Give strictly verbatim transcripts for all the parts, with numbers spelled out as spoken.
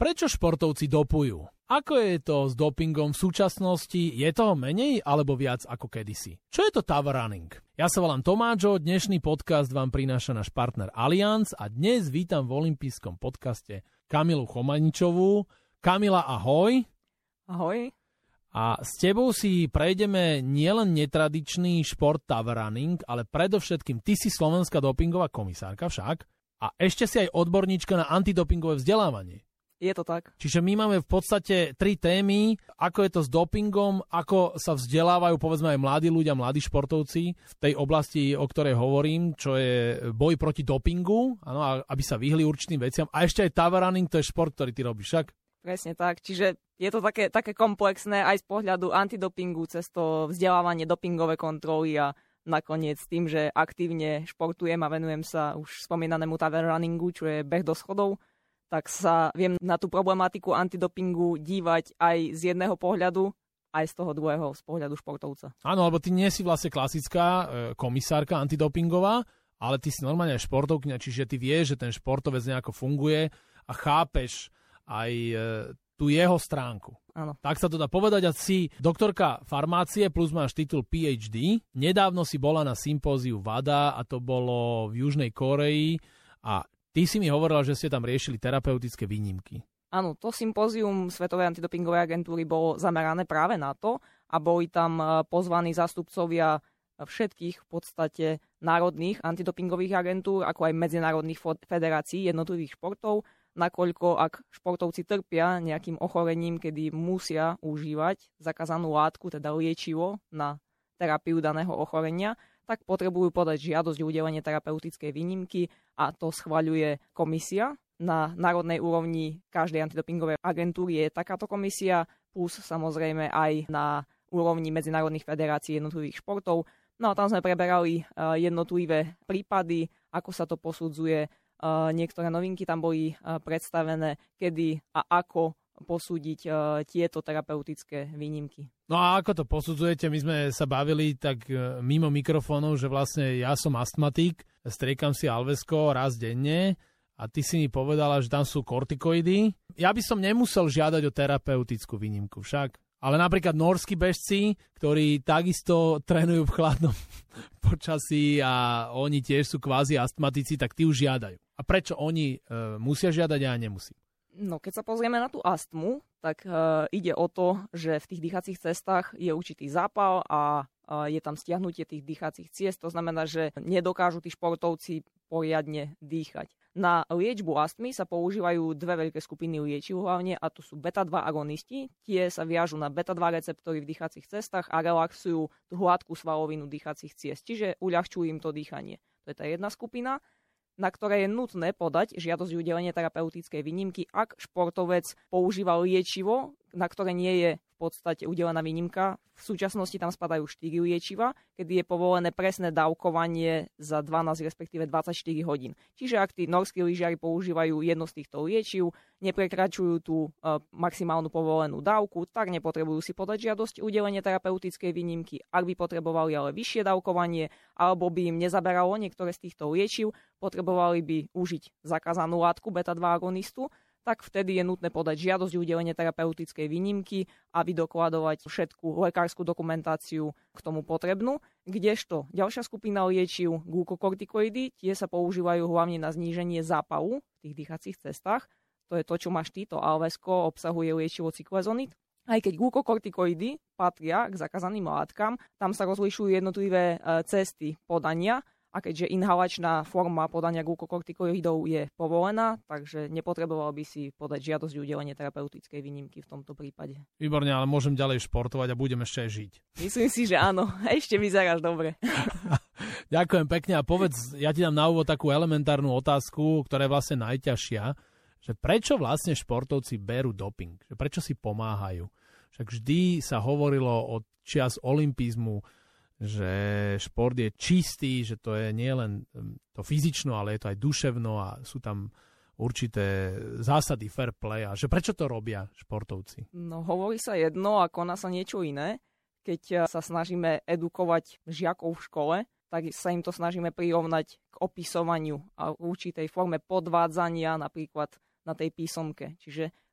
prečo športovci dopujú? Ako je to s dopingom v súčasnosti? Je toho menej alebo viac ako kedysi? Čo je to tower running? Ja sa volám Tomáčo, dnešný podcast vám prináša náš partner Allianz a dnes vítam v olympijskom podcaste Kamilu Chomaničovú. Kamila, ahoj. Ahoj. A s tebou si prejdeme nielen netradičný šport tower running, ale predovšetkým ty si slovenská dopingová komisárka však a ešte si aj odborníčka na antidopingové vzdelávanie. Je to tak. Čiže my máme v podstate tri témy, ako je to s dopingom, ako sa vzdelávajú povedzme aj mladí ľudia, mladí športovci v tej oblasti, o ktorej hovorím, čo je boj proti dopingu, áno, aby sa vyhli určitým veciam. A ešte aj tower running, to je šport, ktorý ty robíš, však? Presne tak. Čiže je to také, také komplexné aj z pohľadu antidopingu, cez to vzdelávanie, dopingové kontroly a nakoniec tým, že aktívne športujem a venujem sa už spomínanému tower runningu, čo je beh do schodov, tak sa viem na tú problematiku antidopingu dívať aj z jedného pohľadu, aj z toho druhého, z pohľadu športovca. Áno, lebo ty nie si vlastne klasická e, komisárka antidopingová, ale ty si normálne aj športovkňa, čiže ty vieš, že ten športovec nejako funguje a chápeš aj e, tú jeho stránku. Áno. Tak sa to dá povedať a si doktorka farmácie plus máš titul pé há dé. Nedávno si bola na sympóziu WADA a to bolo v Južnej Kórei a ty si mi hovorila, že ste tam riešili terapeutické výnimky. Áno, to sympózium Svetovej antidopingovej agentúry bolo zamerané práve na to a boli tam pozvaní zástupcovia všetkých v podstate národných antidopingových agentúr, ako aj medzinárodných federácií jednotlivých športov, nakoľko ak športovci trpia nejakým ochorením, kedy musia užívať zakázanú látku, teda liečivo na terapiu daného ochorenia, tak potrebujú podať žiadosť o udelenie terapeutickej výnimky a to schvaľuje komisia. Na národnej úrovni každej antidopingovej agentúry je takáto komisia, plus samozrejme aj na úrovni medzinárodných federácií jednotlivých športov. No a tam sme preberali jednotlivé prípady, ako sa to posudzuje. Niektoré novinky tam boli predstavené, kedy a ako posúdiť uh, tieto terapeutické výnimky. No a ako to posudzujete? My sme sa bavili tak uh, mimo mikrofónov, že vlastne ja som astmatik, striekam si Alvesko raz denne a ty si mi povedala, že tam sú kortikoidy. Ja by som nemusel žiadať o terapeutickú výnimku však. Ale napríklad norskí bežci, ktorí takisto trénujú v chladnom počasí a oni tiež sú kvázi astmatici, tak tí už žiadajú. A prečo oni uh, musia žiadať a ja nemusím? No, keď sa pozrieme na tú astmu, tak uh, ide o to, že v tých dýchacích cestách je určitý zápal a uh, je tam stiahnutie tých dýchacích ciest. To znamená, že nedokážu tí športovci poriadne dýchať. Na liečbu astmy sa používajú dve veľké skupiny liečiv hlavne, a to sú beta dva agonisti. Tie sa viažú na beta dva receptory v dýchacích cestách a relaxujú tú hladkú svalovinu dýchacích ciest, čiže uľahčujú im to dýchanie. To je tá jedna skupina, na ktoré je nutné podať žiadosť o udelenie terapeutickej výnimky, ak športovec používa liečivo, na ktoré nie je v podstate udelená výnimka. V súčasnosti tam spadajú štyri liečiva, kedy je povolené presné dávkovanie za dvanásť respektíve dvadsaťštyri hodín. Čiže ak tí norskí lyžiari používajú jedno z týchto liečiv, neprekračujú tú e, maximálnu povolenú dávku, tak nepotrebujú si podať žiadosť o udelenie terapeutickej výnimky. Ak by potrebovali ale vyššie dávkovanie, alebo by im nezaberalo niektoré z týchto liečiv, potrebovali by užiť zakázanú látku beta dva agonistu, tak vtedy je nutné podať žiadosť o udelenie terapeutickej výnimky a vydokladovať všetku lekárskú dokumentáciu k tomu potrebnú. Kdežto ďalšia skupina liečiv, glukokortikoidy, tie sa používajú hlavne na zníženie zápalu v tých dýchacích cestách. To je to, čo máš ty, to Alvesko obsahuje liečivo cyklezonid. Aj keď glukokortikoidy patria k zakázaným látkam, tam sa rozlišujú jednotlivé cesty podania. A keďže inhalačná forma podania glukokortikoidov je povolená, takže nepotreboval by si podať žiadosť o udelenie terapeutickej výnimky v tomto prípade. Výborne, ale môžem ďalej športovať a budem ešte aj žiť. Myslím si, že áno. Ešte vyzeráš dobre. Ďakujem pekne a povedz, ja ti dám na úvod takú elementárnu otázku, ktorá je vlastne najťažšia, že prečo vlastne športovci berú doping? Že prečo si pomáhajú? Však vždy sa hovorilo od čias olympizmu, že šport je čistý, že to je nielen to fyzično, ale je to aj duševno a sú tam určité zásady fair play. A že prečo to robia športovci? No, hovorí sa jedno a koná sa niečo iné. Keď sa snažíme edukovať žiakov v škole, tak sa im to snažíme prirovnať k opisovaniu a určitej forme podvádzania napríklad na tej písomke. Čiže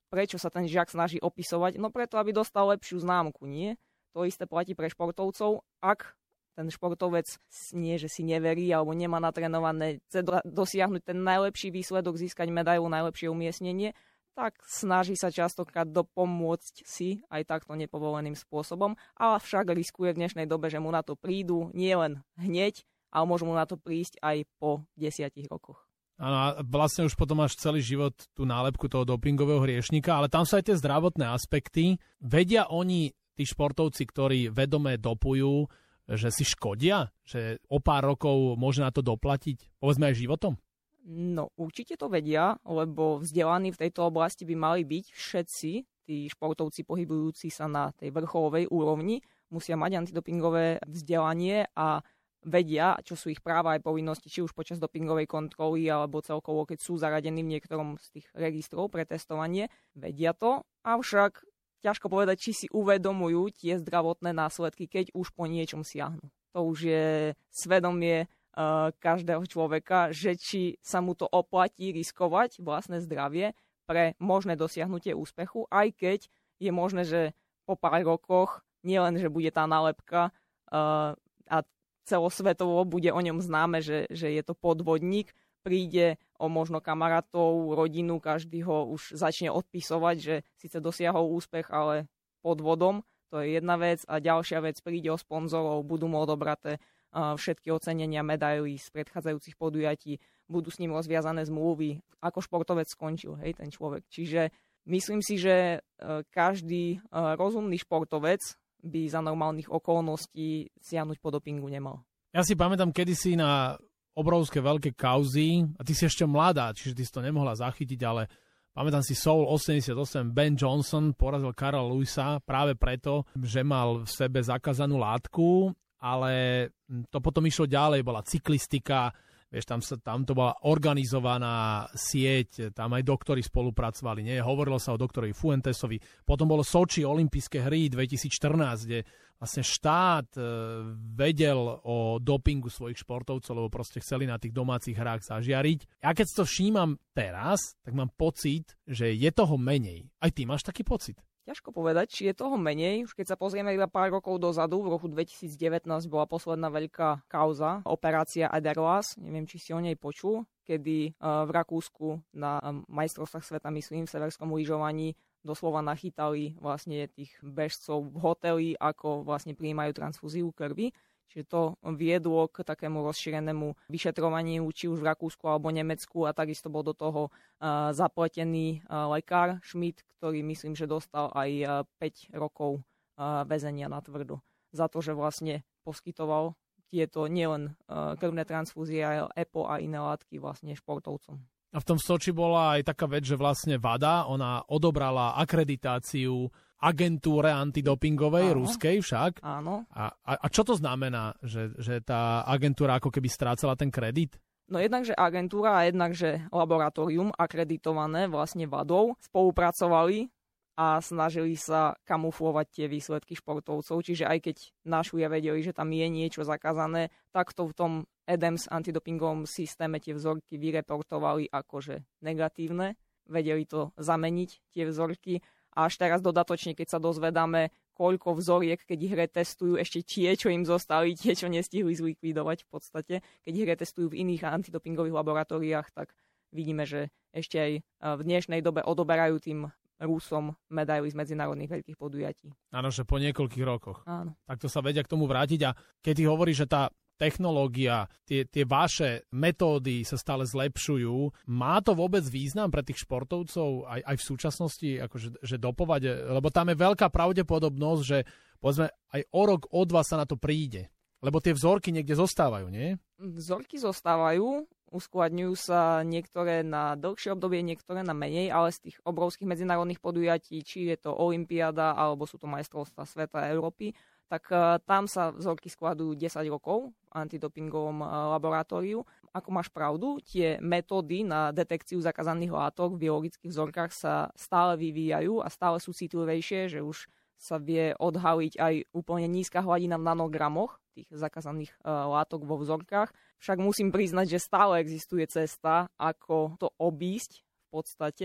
prečo sa ten žiak snaží opisovať? No preto, aby dostal lepšiu známku, nie? To isté platí pre športovcov. Ak ten športovec nie, že si neverí alebo nemá natrénované, chce dosiahnuť ten najlepší výsledok, získať medailu, najlepšie umiestnenie, tak snaží sa častokrát dopomôcť si aj takto nepovoleným spôsobom, ale však riskuje v dnešnej dobe, že mu na to prídu nielen hneď, ale môžu mu na to prísť aj po desiatich rokoch. Áno, a vlastne už potom máš celý život tú nálepku toho dopingového hriešnika, ale tam sú aj tie zdravotné aspekty. Vedia oni, tí športovci, ktorí vedome dopujú, že si škodia? Že o pár rokov môže na to doplatiť? Povedzme aj životom? No, určite to vedia, lebo vzdelaní v tejto oblasti by mali byť všetci tí športovci pohybujúci sa na tej vrcholovej úrovni, musia mať antidopingové vzdelanie a vedia, čo sú ich práva aj povinnosti, či už počas dopingovej kontroly, alebo celkovo, keď sú zaradení v niektorom z tých registrov pre testovanie. Vedia to, avšak ťažko povedať, či si uvedomujú tie zdravotné následky, keď už po niečom siahnu. To už je svedomie uh, každého človeka, že či sa mu to oplatí riskovať vlastné zdravie pre možné dosiahnutie úspechu, aj keď je možné, že po pár rokoch nielen, že bude tá nálepka uh, a celosvetovo bude o ňom známe, že, že je to podvodník, príde o možno kamarátov, rodinu, každý ho už začne odpisovať, že síce dosiahol úspech, ale podvodom, to je jedna vec. A ďalšia vec, príde o sponzorov, budú mu odobraté uh, všetky ocenenia, medaily z predchádzajúcich podujatí, budú s ním rozviazané zmluvy, ako športovec skončil, hej, ten človek. Čiže myslím si, že uh, každý uh, rozumný športovec by za normálnych okolností siahnuť po dopingu nemal. Ja si pamätám kedysi na obrovské veľké kauzy, a ty si ešte mladá, čiže ty si to nemohla zachytiť, ale pamätám si Seoul osemdesiatosem, Ben Johnson porazil Carla Lewisa práve preto, že mal v sebe zakázanú látku, ale to potom išlo ďalej, bola cyklistika, vieš, tam, sa, tam to bola organizovaná sieť, tam aj doktori spolupracovali, nie? Hovorilo sa o doktorovi Fuentesovi. Potom bolo Soči olympijské hry dvetisícštrnásť, kde vlastne štát e, vedel o dopingu svojich športovcov, lebo proste chceli na tých domácich hrách zažiariť. Ja keď to všímam teraz, tak mám pocit, že je toho menej. Aj ty máš taký pocit? Ťažko povedať, či je toho menej. Už keď sa pozrieme iba pár rokov dozadu, v roku dvetisícdevätnásť bola posledná veľká kauza, operácia Ederlas, neviem, či si o nej počul, kedy v Rakúsku na majstrovstvách sveta, myslím, v severskom lyžovaní doslova nachytali vlastne tých bežcov v hoteli, ako vlastne prijímajú transfúziu krvi. Čiže to viedlo k takému rozšírenému vyšetrovaniu, či už v Rakúsku alebo Nemecku, a takisto bol do toho uh, zapletený uh, lekár Schmidt, ktorý myslím, že dostal aj uh, päť rokov uh, väzenia na tvrdo za to, že vlastne poskytoval tieto nielen uh, krvné transfúzie, ale é pé ó a iné látky vlastne športovcom. A v tom Soči bola aj taká vec, že vlastne WADA, ona odobrala akreditáciu agentúre antidopingovej, áno, ruskej však. Áno. A, a, a čo to znamená, že, že tá agentúra ako keby strácala ten kredit? No jednak, že agentúra a jednak, že laboratórium akreditované vlastne WADou spolupracovali a snažili sa kamuflovať tie výsledky športovcov. Čiže aj keď našli a vedeli, že tam je niečo zakázané, tak to v tom é dé é em es antidopingovom systéme tie vzorky vyreportovali akože negatívne. Vedeli to zameniť, tie vzorky. A až teraz dodatočne, keď sa dozvedáme, koľko vzoriek, keď ich retestujú, ešte tie, čo im zostali, tie, čo nestihli zlikvidovať v podstate, keď ich retestujú v iných antidopingových laboratóriách, tak vidíme, že ešte aj v dnešnej dobe odoberajú tým Rusom medaily z medzinárodných veľkých podujatí. Áno, že po niekoľkých rokoch. Áno. Takto sa vedia k tomu vrátiť. A keď ty hovoríš, že tá technológia, tie, tie vaše metódy sa stále zlepšujú. Má to vôbec význam pre tých športovcov aj, aj v súčasnosti, akože, že dopovať? Lebo tam je veľká pravdepodobnosť, že povedzme aj o rok, o dva sa na to príde. Lebo tie vzorky niekde zostávajú, nie? Vzorky zostávajú, uskladňujú sa niektoré na dlhšie obdobie, niektoré na menej, ale z tých obrovských medzinárodných podujatí, či je to olympiáda, alebo sú to majstrovstvá sveta a Európy, tak uh, tam sa vzorky skladujú desať rokov v antidopingovom uh, laboratóriu. Ako máš pravdu, tie metódy na detekciu zakázaných látok v biologických vzorkách sa stále vyvíjajú a stále sú citlivejšie, že už sa vie odhaliť aj úplne nízka hladina v nanogramoch tých zakázaných uh, látok vo vzorkách. Však musím priznať, že stále existuje cesta, ako to obísť v podstate.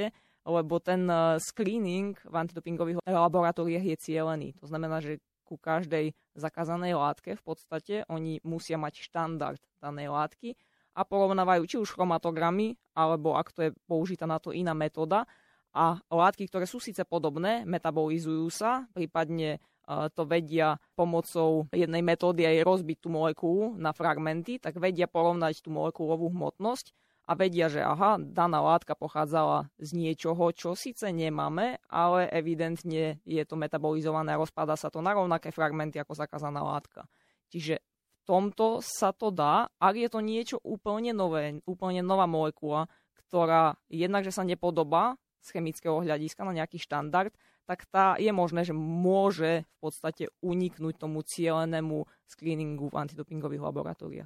lebo ten screening v antidopingových laboratóriách je cielený. To znamená, že ku každej zakázanej látke v podstate oni musia mať štandard danej látky a porovnávajú či už chromatogramy, alebo ak to je použitá na to iná metóda. A látky, ktoré sú síce podobné, metabolizujú sa, prípadne to vedia pomocou jednej metódy aj rozbiť tú molekulu na fragmenty, tak vedia porovnať tú molekulovú hmotnosť a vedia, že aha, daná látka pochádzala z niečoho, čo síce nemáme, ale evidentne je to metabolizované a rozpadá sa to na rovnaké fragmenty ako zakázaná látka. Čiže v tomto sa to dá, ak je to niečo úplne nové, úplne nová molekula, ktorá jednak, že sa nepodobá z chemického hľadiska na nejaký štandard, tak tá je možné, že môže v podstate uniknúť tomu cielenému screeningu v antidopingových laboratóriách.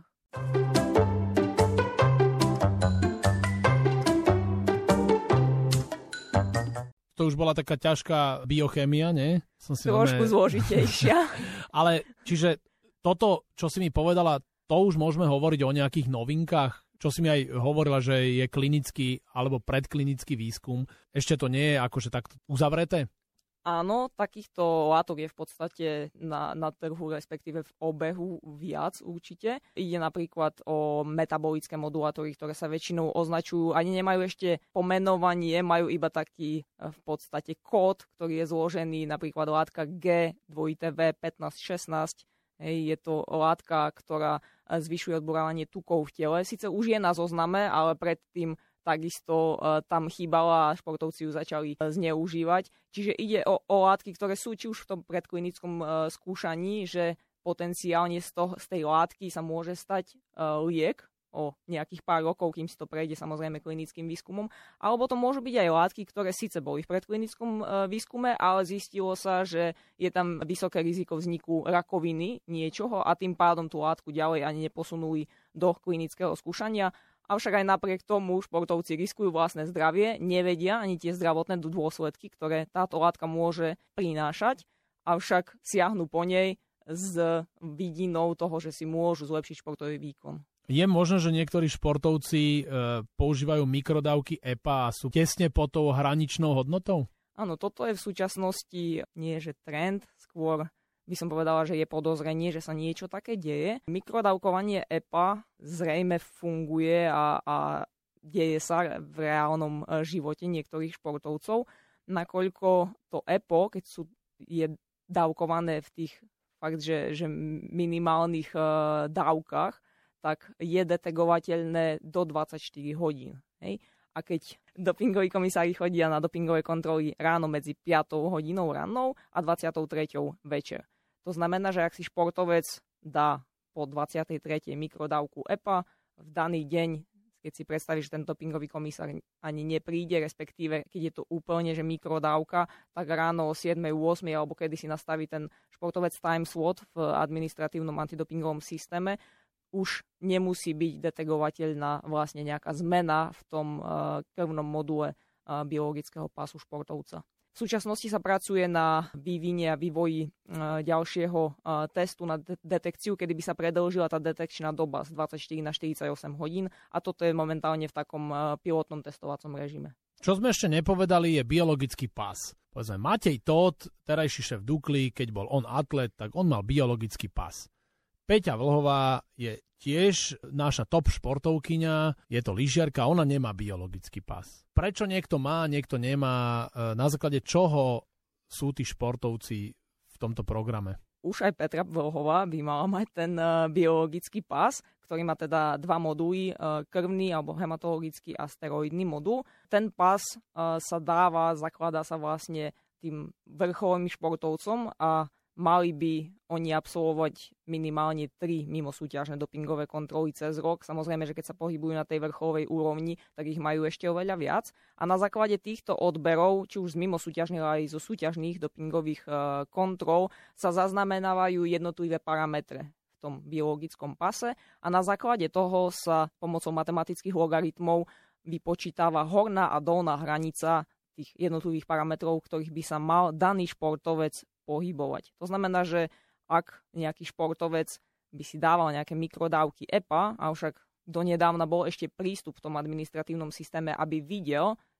To už bola taká ťažká biochémia, nie? Som si Trošku máme... zložitejšia. Ale čiže toto, čo si mi povedala, to už môžeme hovoriť o nejakých novinkách, čo si mi aj hovorila, že je klinický alebo predklinický výskum. Ešte to nie je akože takto uzavreté? Áno, takýchto látok je v podstate na, na trhu, respektíve v obehu viac určite. Ide napríklad o metabolické modulátory, ktoré sa väčšinou označujú, ani nemajú ešte pomenovanie, majú iba taký v podstate kód, ktorý je zložený, napríklad látka G, dvojité V, pätnásť šestnásť. Hej, je to látka, ktorá zvyšuje odburávanie tukov v tele. Sice už je na zozname, ale predtým takisto uh, tam chýbala a športovci ju začali uh, zneužívať. Čiže ide o, o látky, ktoré sú či už v tom predklinickom uh, skúšaní, že potenciálne z, toho, z tej látky sa môže stať uh, liek o nejakých pár rokov, kým si to prejde samozrejme klinickým výskumom. Alebo to môžu byť aj látky, ktoré síce boli v predklinickom uh, výskume, ale zistilo sa, že je tam vysoké riziko vzniku rakoviny niečoho a tým pádom tú látku ďalej ani neposunuli do klinického skúšania. Avšak aj napriek tomu športovci riskujú vlastné zdravie, nevedia ani tie zdravotné dôsledky, ktoré táto látka môže prinášať, avšak siahnu po nej s vidinou toho, že si môžu zlepšiť športový výkon. Je možné, že niektorí športovci e, používajú mikrodávky é pé á a sú tesne pod tou hraničnou hodnotou? Áno, toto je v súčasnosti nie že trend, skôr by som povedala, že je podozrenie, že sa niečo také deje. Mikrodávkovanie é pé á zrejme funguje a, a deje sa v reálnom živote niektorých športovcov, nakoľko to é pé ó, keď sú, je dávkované v tých fakt, že, že minimálnych uh, dávkach, tak je detegovateľné do dvadsaťštyri hodín. Hej? A keď dopingoví komisári chodia na dopingové kontroly ráno medzi piatou hodinou rannou a dvadsiatou treťou večer. To znamená, že ak si športovec dá po dvadsiatej tretej mikrodávku é pé á, v daný deň, keď si predstavíš, že ten dopingový komisár ani nepríde, respektíve keď je to úplne že mikrodávka, tak ráno o siedmej ôsmej alebo kedy si nastaví ten športovec time slot v administratívnom antidopingovom systéme, už nemusí byť detegovateľná vlastne nejaká zmena v tom uh, krvnom module uh, biologického pásu športovca. V súčasnosti sa pracuje na vývine a vývoji uh, ďalšieho uh, testu na de- detekciu, kedy by sa predĺžila tá detekčná doba z dvadsaťštyri na štyridsaťosem hodín a toto je momentálne v takom uh, pilotnom testovacom režime. Čo sme ešte nepovedali, je biologický pás. Povedzme, Matej Tóth, terajší šéf Dukly, keď bol on atlet, tak on mal biologický pás. Peťa Vlhová je tiež naša top športovkyňa, je to lyžiarka, ona nemá biologický pás. Prečo niekto má, niekto nemá, na základe čoho sú tí športovci v tomto programe? Už aj Petra Vlhová by mala mať ten uh, biologický pás, ktorý má teda dva moduly, uh, krvný alebo hematologický a steroidný modul. Ten pás uh, sa dáva, zakladá sa vlastne tým vrcholovým športovcom a mali by oni absolvovať minimálne tri mimosúťažné dopingové kontroly cez rok. Samozrejme, že keď sa pohybujú na tej vrcholovej úrovni, tak ich majú ešte oveľa viac. A na základe týchto odberov, či už z mimosúťažných, ale aj zo súťažných dopingových uh, kontrol, sa zaznamenávajú jednotlivé parametre v tom biologickom pase a na základe toho sa pomocou matematických logaritmov vypočítava horná a dolná hranica tých jednotlivých parametrov, ktorých by sa mal daný športovec pohybovať. To znamená, že ak nejaký športovec by si dával nejaké mikrodávky é pé á, avšak donedávna bol ešte prístup v tom administratívnom systéme, aby videl,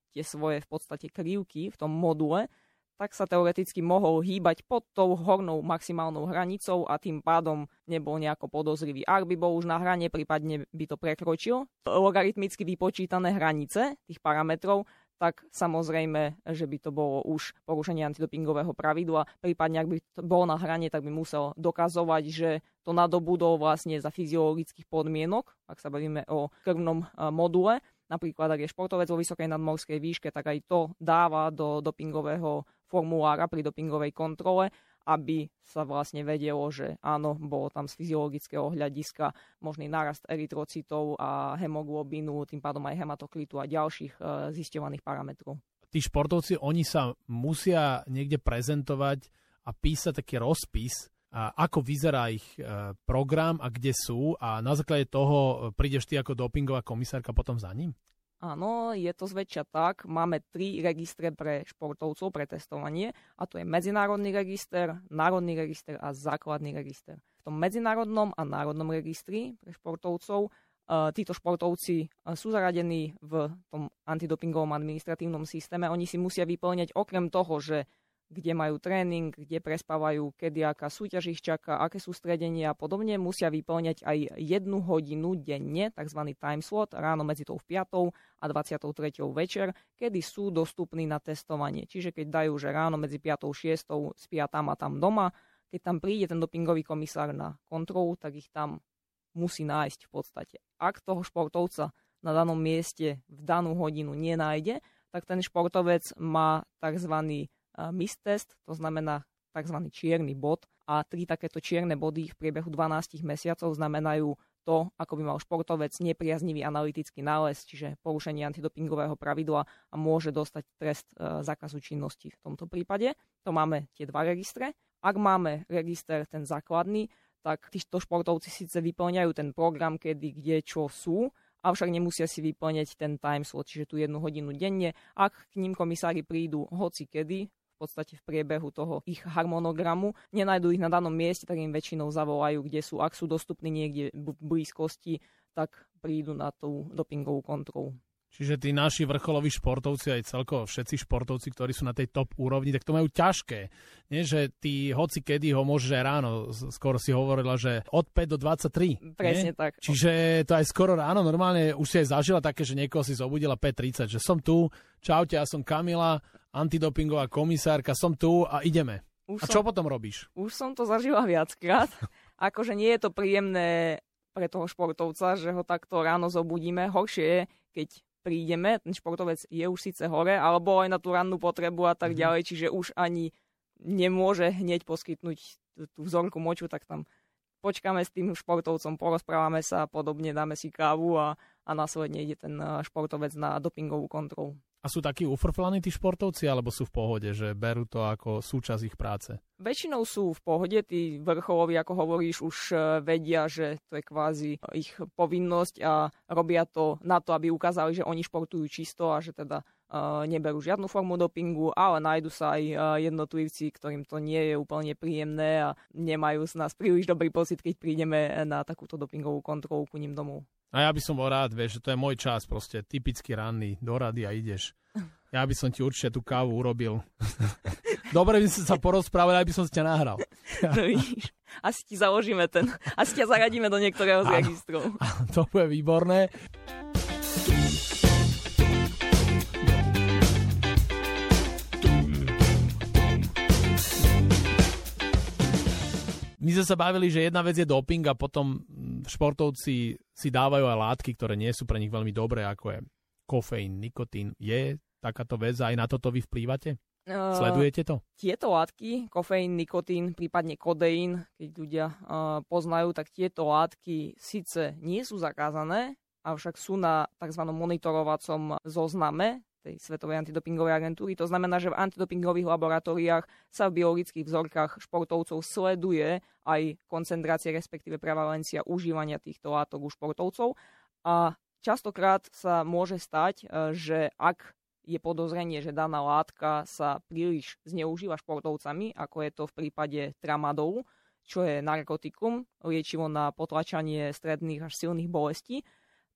tie svoje v podstate krivky v tom module, tak sa teoreticky mohol hýbať pod tou hornou maximálnou hranicou a tým pádom nebol nejako podozrivý. Ak by bol už na hrane, prípadne by to prekročil logaritmicky vypočítané hranice tých parametrov, tak samozrejme, že by to bolo už porušenie antidopingového pravidla. Prípadne, ak by to bolo na hrane, tak by musel dokazovať, že to nadobudol vlastne za fyziologických podmienok, ak sa bavíme o krvnom module. Napríklad, ak je športovec vo vysokej nadmorskej výške, tak aj to dáva do dopingového formulára pri dopingovej kontrole, aby sa vlastne vedelo, že áno, bolo tam z fyziologického hľadiska možný nárast erytrocitov a hemoglobínu, tým pádom aj hematokritu a ďalších e, zisťovaných parametrov. Tí športovci, oni sa musia niekde prezentovať a písať taký rozpis, a ako vyzerá ich e, program a kde sú, a na základe toho prídeš ty ako dopingová komisárka potom za ním? Áno, je to zväčša tak. Máme tri registre pre športovcov pre testovanie a to je medzinárodný register, národný register a základný register. V tom medzinárodnom a národnom registri pre športovcov uh, títo športovci uh, sú zaradení v tom antidopingovom administratívnom systéme. Oni si musia vyplňať okrem toho, že kde majú tréning, kde prespávajú, kedy aká súťaž ich čaká, aké sústredenie a podobne, musia vyplňať aj jednu hodinu denne, tzv. Time slot, ráno medzi tou piatou a dvadsiatou treťou večer, kedy sú dostupní na testovanie. Čiže keď dajú, že ráno medzi piatou a šiestou spia tam a tam doma, keď tam príde ten dopingový komisár na kontrolu, tak ich tam musí nájsť v podstate. Ak toho športovca na danom mieste v danú hodinu nenájde, tak ten športovec má tzv. Missed test, to znamená tzv. Čierny bod, a tri takéto čierne body v priebehu dvanásť mesiacov znamenajú to, ako by mal športovec nepriaznivý analytický nález, čiže porušenie antidopingového pravidla, a môže dostať trest e, zákazu činnosti v tomto prípade. To máme tie dva registre. Ak máme register ten základný, tak títo športovci síce vyplňajú ten program, kedy, kde, čo sú, avšak nemusia si vyplňať ten time slot, čiže tú jednu hodinu denne. Ak k ním komisári prídu hoci kedy, v podstate v priebehu toho ich harmonogramu, nenajdu ich na danom mieste, tak im väčšinou zavolajú, kde sú. Ak sú dostupní niekde v blízkosti, tak prídu na tú dopingovú kontrolu. Čiže tí naši vrcholoví športovci, aj celkovo všetci športovci, ktorí sú na tej top úrovni, tak to majú ťažké. Nie, že ty hoci kedy ho môžeš aj ráno, skoro si hovorila, že od päť do dvadsaťtri. Presne nie? tak. Čiže to aj skoro ráno, normálne už si aj zažila také, že niekoho si zobudila päť tridsať, že som tu, čaute, ja som Kamila, antidopingová komisárka, som tu a ideme. Už a čo som, potom robíš? Už som to zažila viackrát. Akože nie je to príjemné pre toho športovca, že ho takto ráno zobudíme. Horšie je, keď prídeme, ten športovec je už síce hore, alebo aj na tú rannú potrebu a tak ďalej, čiže už ani nemôže hneď poskytnúť tú vzorku moču, tak tam počkáme s tým športovcom, porozprávame sa a podobne, dáme si kávu a, a následne ide ten športovec na dopingovú kontrolu. A sú takí ufrflaní tí športovci, alebo sú v pohode, že berú to ako súčasť ich práce? Väčšinou sú v pohode, tí vrcholoví, ako hovoríš, už vedia, že to je kvázi ich povinnosť a robia to na to, aby ukázali, že oni športujú čisto a že teda uh, neberú žiadnu formu dopingu, ale nájdu sa aj uh, jednotlivci, ktorým to nie je úplne príjemné a nemajú z nás príliš dobrý pocit, keď prídeme na takúto dopingovú kontrolu ku ním domov. A ja by som bol rád, vieš, že to je môj čas, proste typicky ranný, do rady a ideš. Ja by som ti určite tú kávu urobil. Dobre by som sa porozprával, aby som si ťa nahral. No vidíš, asi ti založíme ten, asi ťa zaradíme do niektorého z registrov. To bude výborné. My sme sa bavili, že jedna vec je doping a potom športovci si dávajú aj látky, ktoré nie sú pre nich veľmi dobré, ako je kofeín, nikotín. Je takáto vec a aj na toto vy vplývate? Sledujete to? Uh, tieto látky, kofeín, nikotín, prípadne kodeín, keď ľudia uh, poznajú, tak tieto látky síce nie sú zakázané, avšak sú na tzv. Monitorovacom zozname tej Svetovej antidopingovej agentúry. To znamená, že v antidopingových laboratóriách sa v biologických vzorkách športovcov sleduje aj koncentrácia, respektíve prevalencia užívania týchto látok u športovcov. A častokrát sa môže stať, že ak je podozrenie, že daná látka sa príliš zneužíva športovcami, ako je to v prípade tramadolu, čo je narkotikum, liečivo na potlačanie stredných až silných bolestí,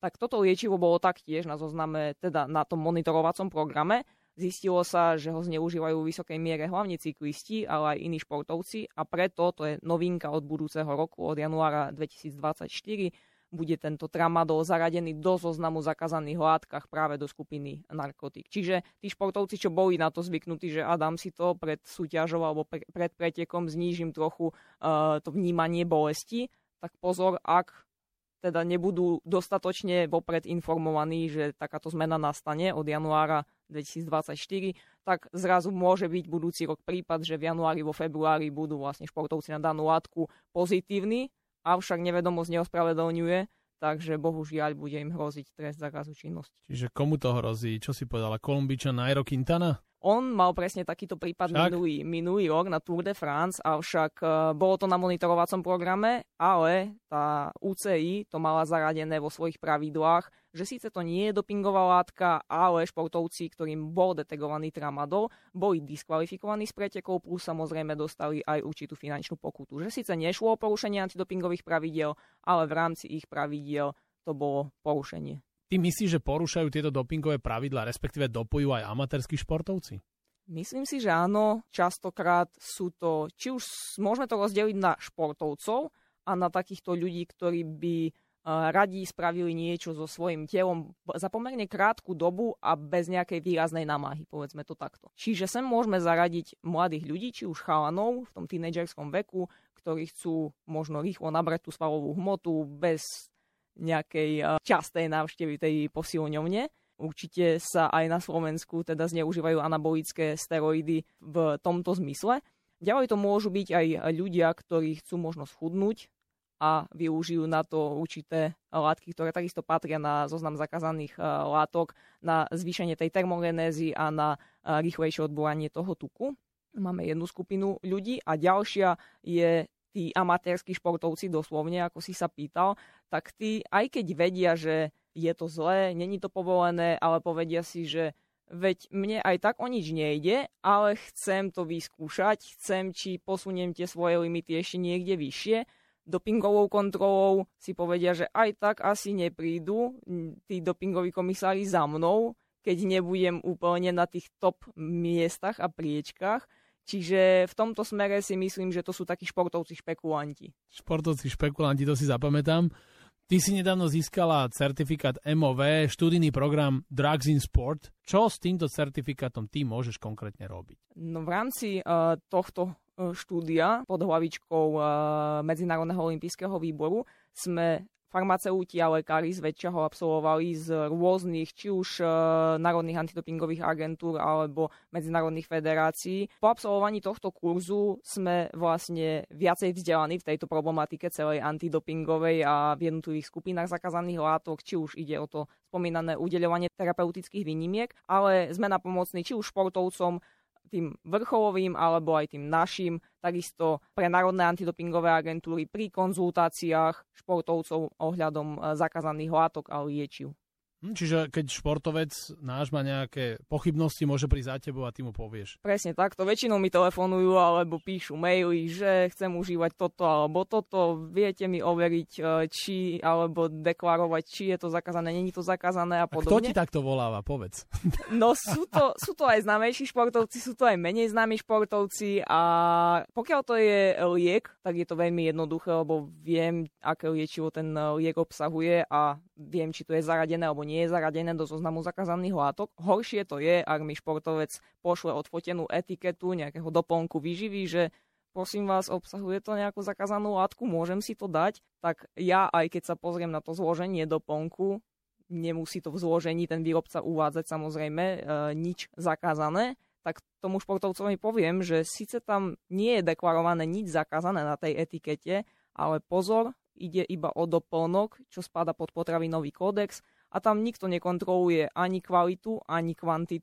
tak toto liečivo bolo taktiež na zozname, teda na tom monitorovacom programe. Zistilo sa, že ho zneužívajú v vysokej miere hlavne cyklisti, ale aj iní športovci a preto, to je novinka od budúceho roku, od januára dvetisícdvadsaťštyri, bude tento tramadol zaradený do zoznamu zakázaných látkach práve do skupiny narkotík. Čiže tí športovci, čo boli na to zvyknutí, že a dám si to pred súťažou alebo pre, pred pretekom, znížim trochu uh, to vnímanie bolesti, tak pozor, ak teda nebudú dostatočne vopred informovaní, že takáto zmena nastane od januára dvetisícdvadsaťštyri, tak zrazu môže byť budúci rok prípad, že v januári, vo februári budú vlastne športovci na danú látku pozitívni, avšak nevedomosť neospravedlňuje, takže bohužiaľ bude im hroziť trest zákazu činnosti. Čiže komu to hrozí? Čo si povedala? Kolumbičan Nairo Quintana? On mal presne takýto prípad minulý, minulý rok na Tour de France, avšak uh, bolo to na monitorovacom programe, ale tá ú cé í to mala zaradené vo svojich pravidlách, že síce to nie je dopingová látka, ale športovci, ktorým bol detekovaný tramadol, boli diskvalifikovaní z pretekov, plus samozrejme dostali aj určitú finančnú pokutu. Že síce nešlo o porušenie antidopingových pravidiel, ale v rámci ich pravidiel to bolo porušenie. Ty myslíš, že porúšajú tieto dopingové pravidlá, respektíve dopujú aj amatérski športovci? Myslím si, že áno. Častokrát sú to, či už môžeme to rozdeliť na športovcov a na takýchto ľudí, ktorí by radi spravili niečo so svojím telom za pomerne krátku dobu a bez nejakej výraznej námahy, povedzme to takto. Čiže sem môžeme zaradiť mladých ľudí, či už chalanov v tom tínedžerskom veku, ktorí chcú možno rýchlo nabrať tú svalovú hmotu bez nejakej častej návštevy tej posilňovne. Určite sa aj na Slovensku teda zneužívajú anabolické steroidy v tomto zmysle. Ďalej to môžu byť aj ľudia, ktorí chcú možno schudnúť a využijú na to určité látky, ktoré takisto patria na zoznam zakázaných látok, na zvýšenie tej termogenézy a na rýchlejšie odbúranie toho tuku. Máme jednu skupinu ľudí a ďalšia je tí amatérski športovci doslovne, ako si sa pýtal, tak tí, aj keď vedia, že je to zlé, není to povolené, ale povedia si, že veď mne aj tak o nič nejde, ale chcem to vyskúšať, chcem, či posuniem tie svoje limity ešte niekde vyššie. Dopingovou kontrolou si povedia, že aj tak asi neprídu tí dopingoví komisári za mnou, keď nebudem úplne na tých top miestach a priečkách. Čiže v tomto smere si myslím, že to sú takí športovci špekulanti. Športovci špekulanti, to si zapamätám. Ty si nedávno získala certifikát em ó vé, študijný program Drugs in Sport. Čo s týmto certifikátom ty môžeš konkrétne robiť? No v rámci uh, tohto uh, štúdia pod hlavičkou uh, Medzinárodného olympijského výboru sme farmaceuti a lekári zväčša ho absolvovali z rôznych, či už národných antidopingových agentúr alebo medzinárodných federácií. Po absolvovaní tohto kurzu sme vlastne viacej vzdelaní v tejto problematike celej antidopingovej a v jednotlivých skupinách zakázaných látok, či už ide o to spomínané udeľovanie terapeutických výnimiek, ale sme napomocní či už športovcom, tým vrcholovým alebo aj tým našim, takisto pre národné antidopingové agentúry pri konzultáciách športovcov ohľadom zakázaných látok a liečiv. Čiže keď športovec náš má nejaké pochybnosti, môže prísť za tebou a ty mu povieš. Presne takto. Väčšinou mi telefonujú alebo píšu maily, že chcem užívať toto alebo toto. Viete mi overiť, či alebo deklarovať, či je to zakázané, není to zakázané a podobne. A kto ti takto voláva? Povedz. No sú to, sú to aj známejší športovci, sú to aj menej známi športovci a pokiaľ to je liek, tak je to veľmi jednoduché, lebo viem, aké liečivo ten liek obsahuje a viem, či to je zaradené alebo nie je zaradené do zoznamu zakázaných látok. Horšie to je, ak mi športovec pošle odfotenú etiketu nejakého doplnku výživy, že prosím vás, obsahuje to nejakú zakázanú látku, môžem si to dať. Tak ja, aj keď sa pozriem na to zloženie doplnku, nemusí to v zložení ten výrobca uvádzať samozrejme e, nič zakázané, tak tomu športovcovi poviem, že síce tam nie je deklarované nič zakázané na tej etikete, ale pozor, ide iba o doplnok, čo spada pod potravinový kódex a tam nikto nekontroluje ani kvalitu, ani kvantitu. To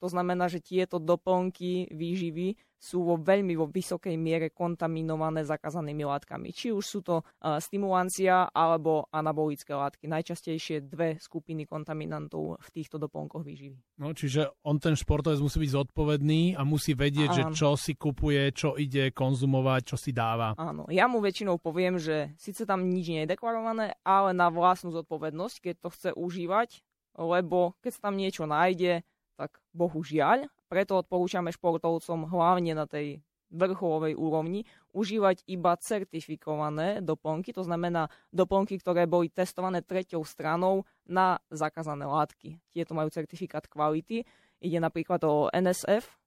To znamená, že tieto doplnky výživy sú vo veľmi vo vysokej miere kontaminované zakázanými látkami. Či už sú to uh, stimulancia alebo anabolické látky. Najčastejšie dve skupiny kontaminantov v týchto doplnkoch výživy. No, čiže on, ten športovec, musí byť zodpovedný a musí vedieť, Áno. že čo si kupuje, čo ide konzumovať, čo si dáva. Áno, ja mu väčšinou poviem, že síce tam nič nie je deklarované, ale na vlastnú zodpovednosť, keď to chce užívať, lebo keď sa tam niečo nájde, tak bohužiaľ. Preto odporúčame športovcom hlavne na tej vrcholovej úrovni užívať iba certifikované doplnky, to znamená doplnky, ktoré boli testované treťou stranou na zakázané látky. Tieto majú certifikát kvality. Ide napríklad o en es ef,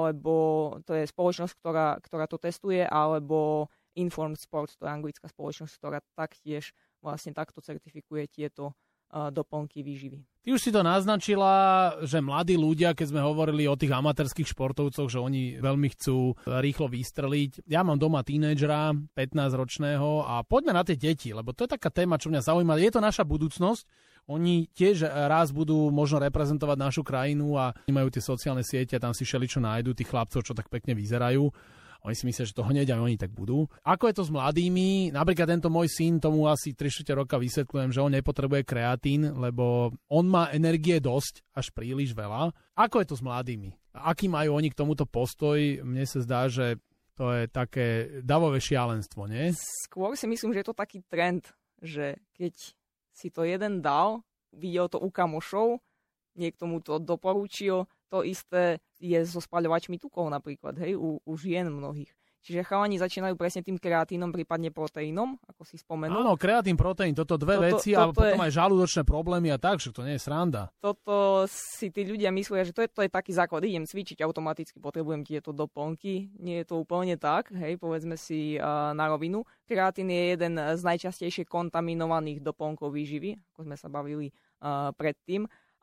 alebo to je spoločnosť, ktorá, ktorá to testuje, alebo Informed Sport, to je anglická spoločnosť, ktorá taktiež vlastne takto certifikuje tieto doplnky výživy. Ty už si to naznačila, že mladí ľudia, keď sme hovorili o tých amatérskych športovcoch, že oni veľmi chcú rýchlo vystreliť. Ja mám doma tínedžera, pätnásťročného a poďme na tie deti, lebo to je taká téma, čo mňa zaujíma. Je to naša budúcnosť. Oni tiež raz budú možno reprezentovať našu krajinu a majú tie sociálne siete a tam si všeličo nájdu, tých chlapcov, čo tak pekne vyzerajú. Oni si myslia, že to hneď aj oni tak budú. Ako je to s mladými? Napríklad tento môj syn, tomu asi tri štyri roka vysvetľujem, že on nepotrebuje kreatín, lebo on má energie dosť, až príliš veľa. Ako je to s mladými? Aký majú oni k tomuto postoj? Mne sa zdá, že to je také davové šialenstvo, nie? Skôr si myslím, že je to taký trend, že keď si to jeden dal, videl to u kamošov, niekto mu to doporučil, to isté je so spaľovačmi tukov napríklad, hej, u, u žien mnohých. Čiže chalani začínajú presne tým kreatínom, prípadne proteínom, ako si spomenul. Áno, kreatín, proteín, toto dve toto, veci toto a potom je... aj žalúdočné problémy a tak, že to nie je sranda. Toto si tí ľudia myslia, že to je, to je taký základ, idem cvičiť, automaticky potrebujem tieto doplnky. Nie je to úplne tak, hej, povedzme si uh, na rovinu. Kreatín je jeden z najčastejšie kontaminovaných doplnkov výživy, ako sme sa bavili uh, predtým.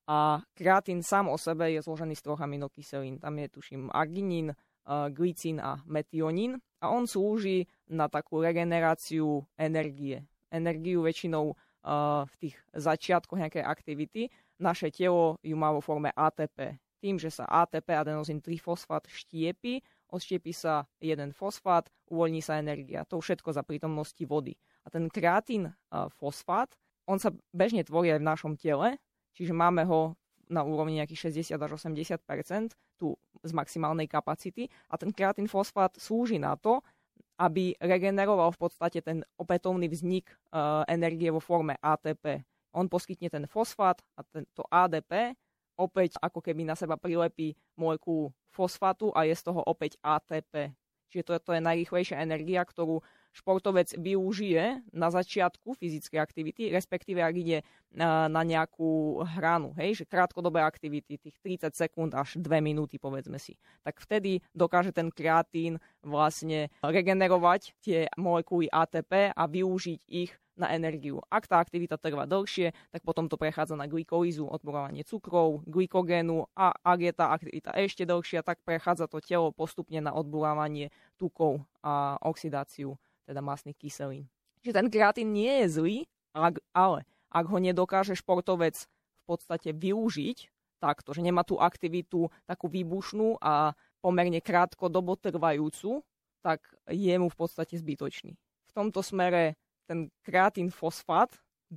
A kreatín sám o sebe je zložený z troch aminokyselín. Tam je, tuším, arginín, uh, glycín a metionín. A on slúži na takú regeneráciu energie. Energiu väčšinou uh, v tých začiatkoch nejakej aktivity. Naše telo ju má vo forme á té pé. Tým, že sa á té pé, adenozín trifosfát, štiepi, odštiepí sa jeden fosfát, uvoľní sa energia. To všetko za prítomnosti vody. A ten kreatín uh, fosfát, on sa bežne tvorí aj v našom tele, čiže máme ho na úrovni nejakých šesťdesiat až osemdesiat percent tu z maximálnej kapacity a ten kreatín fosfát slúži na to, aby regeneroval v podstate ten opätovný vznik uh, energie vo forme á té pé. On poskytne ten fosfát a to á dé pé opäť ako keby na seba prilepí molekulu fosfátu a je z toho opäť á té pé. Čiže to, to je najrýchlejšia energia, ktorú športovec využije na začiatku fyzickej aktivity, respektíve ak ide na, na nejakú hranu, hej, že krátkodobé aktivity, tých tridsať sekúnd až dve minúty, povedzme si. Tak vtedy dokáže ten kreatín vlastne regenerovať tie molekuly á té pé a využiť ich na energiu. Ak tá aktivita trvá dlhšie, tak potom to prechádza na glykolízu, odborovanie cukrov, glykogénu a ak je tá aktivita ešte dlhšia, tak prechádza to telo postupne na odborovanie tukov a oxidáciu teda mastných kyselín. Čiže ten kreatín nie je zlý, ak, ale ak ho nedokáže športovec v podstate využiť takto, že nemá tú aktivitu takú výbušnú a pomerne krátkodobo trvajúcu, tak je mu v podstate zbytočný. V tomto smere ten kreatín fosfát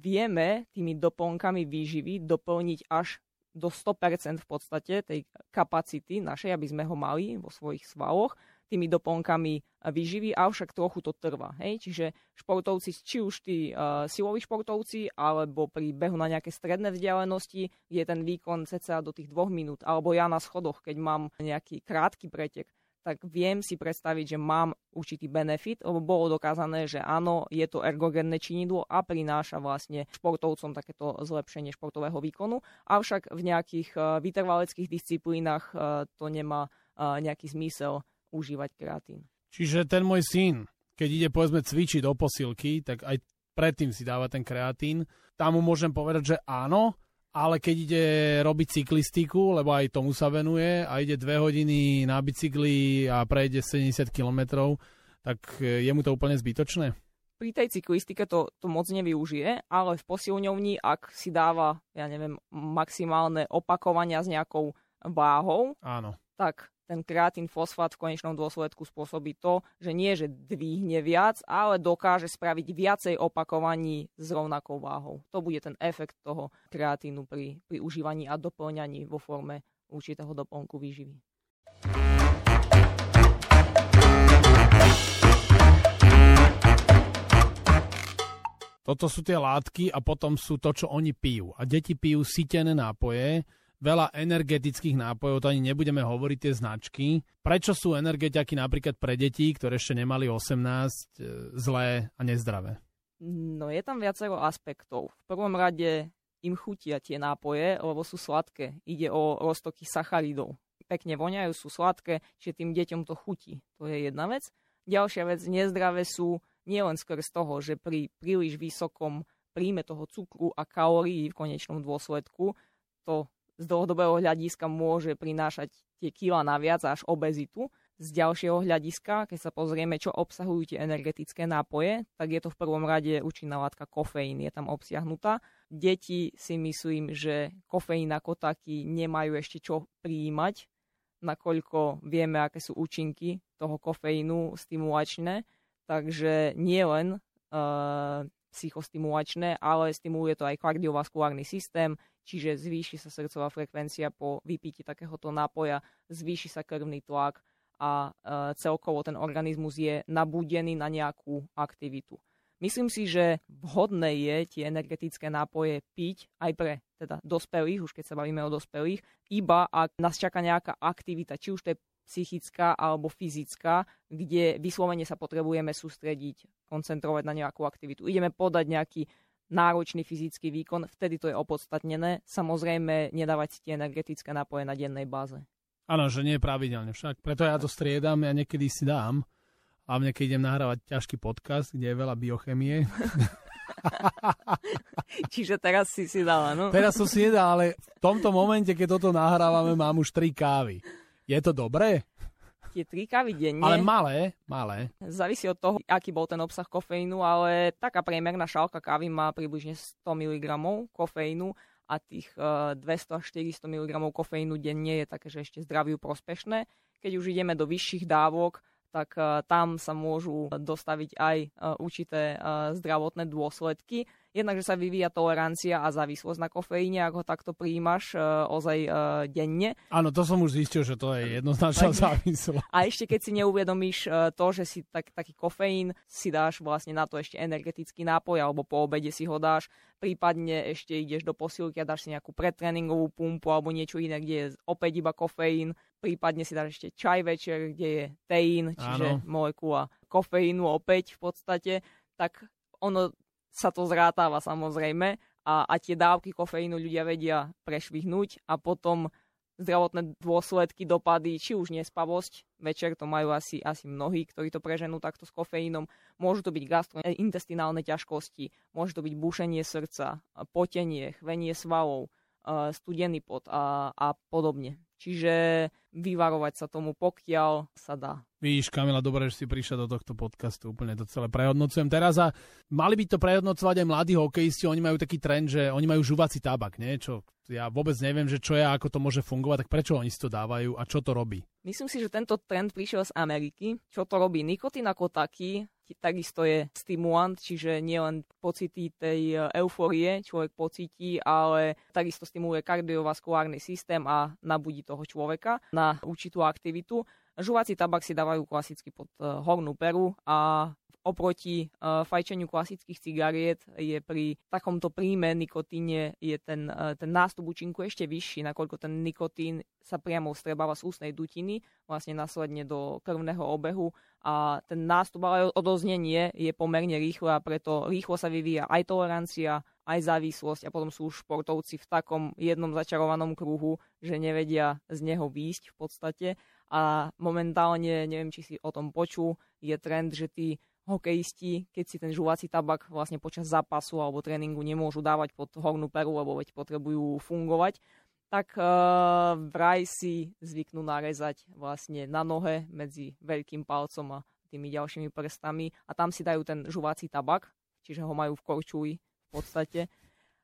vieme tými doplnkami výživy doplniť až do sto percent v podstate tej kapacity našej, aby sme ho mali vo svojich svaloch, tými doplnkami výživy, avšak trochu to trvá. Hej? Čiže športovci, či už tí uh, siloví športovci, alebo pri behu na nejaké stredné vzdialenosti, je ten výkon cca do tých dvoch minút, alebo ja na schodoch, keď mám nejaký krátky pretek, tak viem si predstaviť, že mám určitý benefit, lebo bolo dokázané, že áno, je to ergogénne činidlo a prináša vlastne športovcom takéto zlepšenie športového výkonu. Avšak v nejakých uh, vytrvaleckých disciplínach uh, to nemá uh, nejaký zmysel užívať kreatín. Čiže ten môj syn, keď ide povedzme cvičiť do posilky, tak aj predtým si dáva ten kreatín. Tam mu môžem povedať, že áno, ale keď ide robiť cyklistiku, lebo aj tomu sa venuje a ide dve hodiny na bicykli a prejde sedemdesiat kilometrov, tak je mu to úplne zbytočné? Pri tej cyklistike to, to moc nevyužije, ale v posilňovni, ak si dáva, ja neviem, maximálne opakovania s nejakou váhou, Áno. tak ten kreatín fosfát v konečnom dôsledku spôsobí to, že nie, že dvihne viac, ale dokáže spraviť viacej opakovaní s rovnakou váhou. To bude ten efekt toho kreatínu pri, pri užívaní a doplňaní vo forme určitého doplnku výživy. Toto sú tie látky a potom sú to, čo oni pijú. A deti pijú sytené nápoje, veľa energetických nápojov, to ani nebudeme hovoriť tie značky. Prečo sú energetiaky napríklad pre deti, ktoré ešte nemali osemnásť, zlé a nezdravé? No je tam viacero aspektov. V prvom rade im chutia tie nápoje, lebo sú sladké. Ide o roztoky sacharidov. Pekne voňajú, sú sladké, čiže tým deťom to chutí. To je jedna vec. Ďalšia vec, nezdravé sú nielen skôr z toho, že pri príliš vysokom príjme toho cukru a kalórií v konečnom dôsledku to z dlhodobého hľadiska môže prinášať tie kilá naviac až obezitu. Z ďalšieho hľadiska, keď sa pozrieme, čo obsahujú tie energetické nápoje, tak je to v prvom rade účinná látka kofeín, je tam obsiahnutá. Deti si myslím, že kofeín ako taký nemajú ešte čo prijímať, nakoľko vieme, aké sú účinky toho kofeínu stimulačné. Takže nie len uh, psychostimulačné, ale stimuluje to aj kardiovaskulárny systém, čiže zvýši sa srdcová frekvencia po vypití takéhoto nápoja, zvýši sa krvný tlak a uh, celkovo ten organizmus je nabúdený na nejakú aktivitu. Myslím si, že vhodné je tie energetické nápoje piť aj pre teda dospelých, už keď sa bavíme o dospelých, iba ak nás čaká nejaká aktivita, či už to je psychická alebo fyzická, kde vyslovene sa potrebujeme sústrediť, koncentrovať na nejakú aktivitu. Ideme podať nejaký náročný fyzický výkon, vtedy to je opodstatnené. Samozrejme, nedávať si tie energetické nápoje na dennej báze. Áno, že nie pravidelne však. Preto ja to striedam, ja niekedy si dám, hlavne keď idem nahrávať ťažký podcast, kde je veľa biochemie. Čiže teraz si si dala, no? Teraz som si nedal, ale v tomto momente, keď toto nahrávame, mám už tri kávy. Je to dobré? Tie tri kávy denne. Ale malé, malé. Závisí od toho, aký bol ten obsah kofeínu, ale taká priemerná šálka kávy má približne sto miligramov kofeínu a tých dvesto až štyristo miligramov kofeínu denne je také, že ešte zdraviu prospešné. Keď už ideme do vyšších dávok, tak tam sa môžu dostaviť aj určité zdravotné dôsledky. Jednak, že sa vyvíja tolerancia a závislosť na kofeíne, ak ho takto prijímaš uh, ozaj uh, denne. Áno, to som už zistil, že to je jednoznačná závislosť. A ešte keď si neuvedomíš uh, to, že si tak, taký kofeín si dáš vlastne na to ešte energetický nápoj, alebo po obede si ho dáš, prípadne ešte ideš do posilky a dáš si nejakú predtréningovú pumpu alebo niečo iné, kde je opäť iba kofeín, prípadne si dáš ešte čaj večer, kde je teín, čiže Áno. molekula kofeínu opäť v podstate, tak ono sa to zrátava samozrejme a, a tie dávky kofeínu ľudia vedia prešvihnúť a potom zdravotné dôsledky, dopady, či už nespavosť, večer to majú asi, asi mnohí, ktorí to preženú takto s kofeínom, môžu to byť gastrointestinálne ťažkosti, môže to byť bušenie srdca, potenie, chvenie svalov, studený pot a, a podobne. Čiže vyvarovať sa tomu, pokiaľ sa dá. Vidíš, Kamila, dobre, že si prišla do tohto podcastu, úplne to celé prehodnocujem teraz a mali by to prehodnocovať aj mladí hokejisti, oni majú taký trend, že oni majú žuvací tabak, nie? Čo ja vôbec neviem, že čo je, ako to môže fungovať, tak prečo oni si to dávajú a čo to robí? Myslím si, že tento trend prišiel z Ameriky. Čo to robí? Nikotín ako taký takisto je stimulant, čiže nielen pocity tej eufórie človek pocíti, ale takisto stimuluje kardiovaskulárny systém a nabudí toho človeka na určitú aktivitu. Žuvací tabak si dávajú klasicky pod hornú peru a oproti uh, fajčeniu klasických cigariet je pri takomto príjme nikotíne je ten, uh, ten nástup účinku ešte vyšší, nakoľko ten nikotín sa priamo vstrebáva z ústnej dutiny, vlastne následne do krvného obehu a ten nástup, ale odoznenie je pomerne rýchle a preto rýchlo sa vyvíja aj tolerancia, aj závislosť a potom sú už športovci v takom jednom začarovanom kruhu, že nevedia z neho výjsť v podstate a momentálne, neviem, či si o tom počul, je trend, že tí hokejisti, keď si ten žuvací tabak vlastne počas zápasu alebo tréningu nemôžu dávať pod hornú peru, lebo veď potrebujú fungovať, tak uh, vraj si zvyknú narezať vlastne na nohe medzi veľkým palcom a tými ďalšími prstami a tam si dajú ten žuvací tabak, čiže ho majú v korčuli v podstate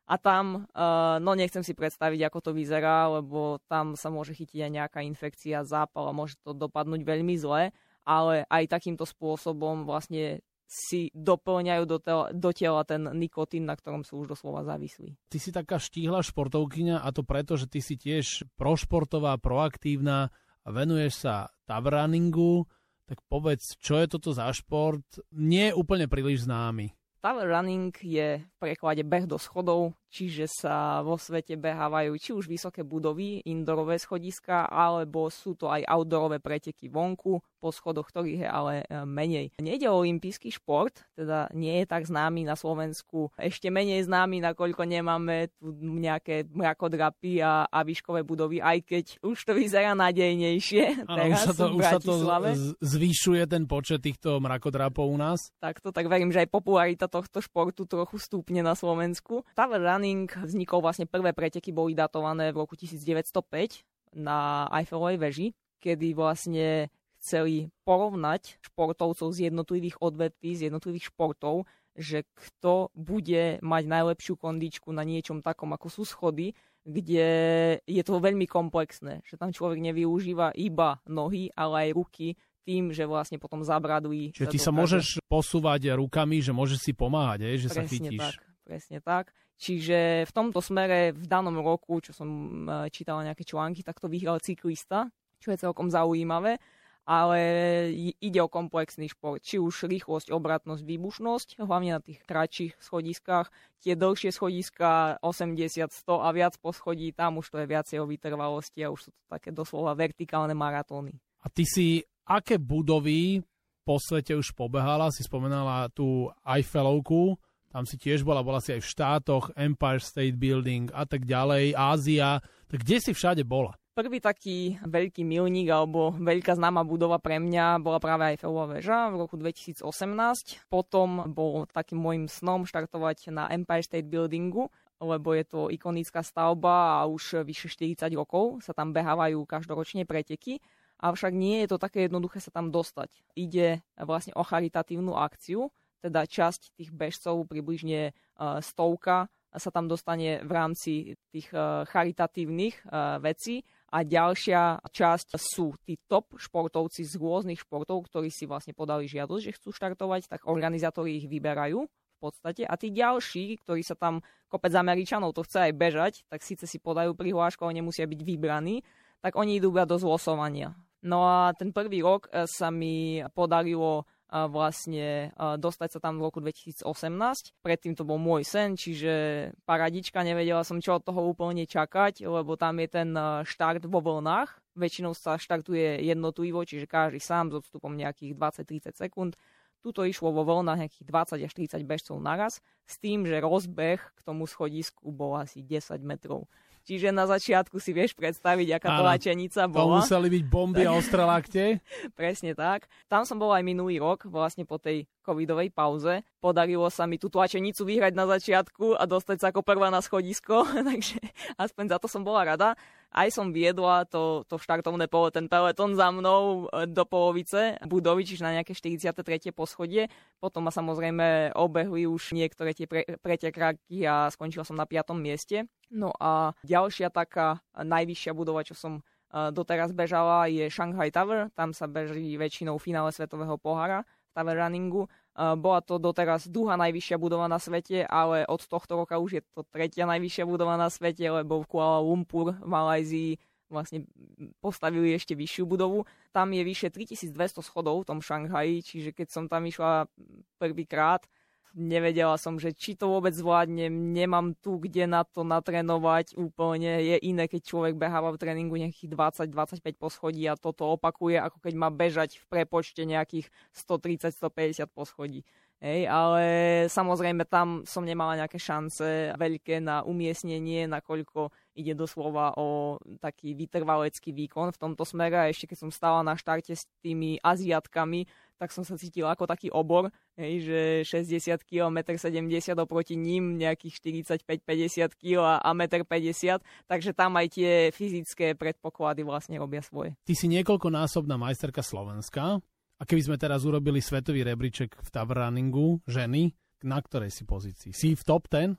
A tam, uh, no nechcem si predstaviť, ako to vyzerá, lebo tam sa môže chytiť aj nejaká infekcia, zápal a môže to dopadnúť veľmi zle, ale aj takýmto spôsobom vlastne si doplňajú do, tela, do tela ten nikotín, na ktorom sú už doslova závislí. Ty si taká štíhla športovkyňa a to preto, že ty si tiež prošportová, proaktívna a venuješ sa towerrunningu, tak povedz, čo je toto za šport? Nie je úplne príliš známy. Tower running je v preklade beh do schodov, čiže sa vo svete behávajú či už vysoké budovy, indoorové schodiska, alebo sú to aj outdoorové preteky vonku, po schodoch, ktorých je ale menej. Nejde o olympijský šport, teda nie je tak známy na Slovensku. Ešte menej známy, nakoľko nemáme tu nejaké mrakodrapy a, a výškové budovy, aj keď už to vyzerá nádejnejšie. Áno, už sa to, už sa to zvýšuje ten počet týchto mrakodrapov u nás. Takto, tak verím, že aj popularita tohto športu trochu stúpne na Slovensku. Tower running vznikol vlastne, prvé preteky boli datované v roku devätnásťstopäť na Eiffelovej veži, kedy vlastne chceli porovnať športovcov z jednotlivých odvetví, z jednotlivých športov, že kto bude mať najlepšiu kondičku na niečom takom, ako sú schody, kde je to veľmi komplexné, že tam človek nevyužíva iba nohy, ale aj ruky, tým, že vlastne potom zabradlí. Čiže ty sa môžeš posúvať rukami, že môžeš si pomáhať, je, že presne sa chytíš. Tak, presne tak. Čiže v tomto smere v danom roku, čo som čítala nejaké články, tak to vyhral cyklista, čo je celkom zaujímavé. Ale ide o komplexný šport. Či už rýchlosť, obratnosť, výbušnosť, hlavne na tých kratších schodiskách. Tie dlhšie schodiska osemdesiat, sto a viac poschodí, tam už to je viacej o vytrvalosti a už sú to také doslova vertikálne maratóny. A ty si aké budovy po svete už pobehala? Si spomenala tú Eiffelovku, tam si tiež bola, bola si aj v štátoch, Empire State Building a tak ďalej, Ázia. Tak kde si všade bola? Prvý taký veľký milník alebo veľká známa budova pre mňa bola práve Eiffelová väža v roku dvetisícosemnásť. Potom bol takým môjim snom štartovať na Empire State Buildingu, lebo je to ikonická stavba a už vyše štyridsať rokov sa tam behávajú každoročne preteky. Avšak nie je to také jednoduché sa tam dostať. Ide vlastne o charitatívnu akciu, teda časť tých bežcov, približne uh, stovka, sa tam dostane v rámci tých uh, charitatívnych uh, vecí. A ďalšia časť sú tí top športovci z rôznych športov, ktorí si vlastne podali žiadosť, že chcú štartovať, tak organizátori ich vyberajú v podstate. A tí ďalší, ktorí sa tam, kopec Američanov to chce aj bežať, tak síce si podajú prihlášku, ale nemusia byť vybraní, tak oni idú iba do zlosovania. No a ten prvý rok sa mi podarilo vlastne dostať sa tam v roku dvetisícosemnásť. Predtým to bol môj sen, čiže paradička, nevedela som, čo od toho úplne čakať, lebo tam je ten štart vo vlnách. Väčšinou sa štartuje jednotlivo, čiže každý sám s odstupom nejakých dvadsať tridsať sekúnd. Tuto išlo vo vlnách nejakých dvadsať až tridsať bežcov naraz, s tým, že rozbeh k tomu schodisku bol asi desať metrov. Čiže na začiatku si vieš predstaviť, aká to lačenica bola. To museli byť bomby a ostré lakte. Presne tak. Tam som bol aj minulý rok, vlastne po tej covidovej pauze. Podarilo sa mi tú tlačenicu vyhrať na začiatku a dostať sa ako prvá na schodisko, takže aspoň za to som bola rada. Aj som viedla to, to štartovné pole, ten peletón za mnou do polovice budovy, čiže na nejaké štyridsiate tretie poschodie. Potom ma samozrejme obehli už niektoré tie pre, pretekráky a skončila som na piatom mieste. No a ďalšia taká najvyššia budova, čo som doteraz bežala, je Shanghai Tower. Tam sa beží väčšinou finále svetového pohára v tower runningu. Bola to doteraz druhá najvyššia budova na svete, ale od tohto roka už je to tretia najvyššia budova na svete, lebo v Kuala Lumpur v Malajzii vlastne postavili ešte vyššiu budovu. Tam je vyše tritisícdvesto schodov v tom Šanghaji, čiže keď som tam išla prvýkrát, nevedela som, že či to vôbec zvládnem, nemám tu kde na to natrénovať úplne. Je iné, keď človek beháva v tréningu nejakých dvadsať dvadsaťpäť poschodí a toto opakuje, ako keď má bežať v prepočte nejakých stotridsať stopäťdesiat poschodí. Hej, ale samozrejme tam som nemala nejaké šance veľké na umiestnenie, nakoľko ide doslova o taký vytrvalecký výkon v tomto smere. A ešte keď som stála na štarte s tými Aziatkami, tak som sa cítila ako taký obor, hej, že šesťdesiat kilogramov, sedemdesiat metra oproti ním, nejakých štyridsaťpäť päťdesiat kilogramov a päťdesiat metra, takže tam aj tie fyzické predpoklady vlastne robia svoje. Ty si niekoľkonásobná majsterka Slovenska. A keby sme teraz urobili svetový rebríček v tower runningu ženy, na ktorej si pozícii? Si v top ten?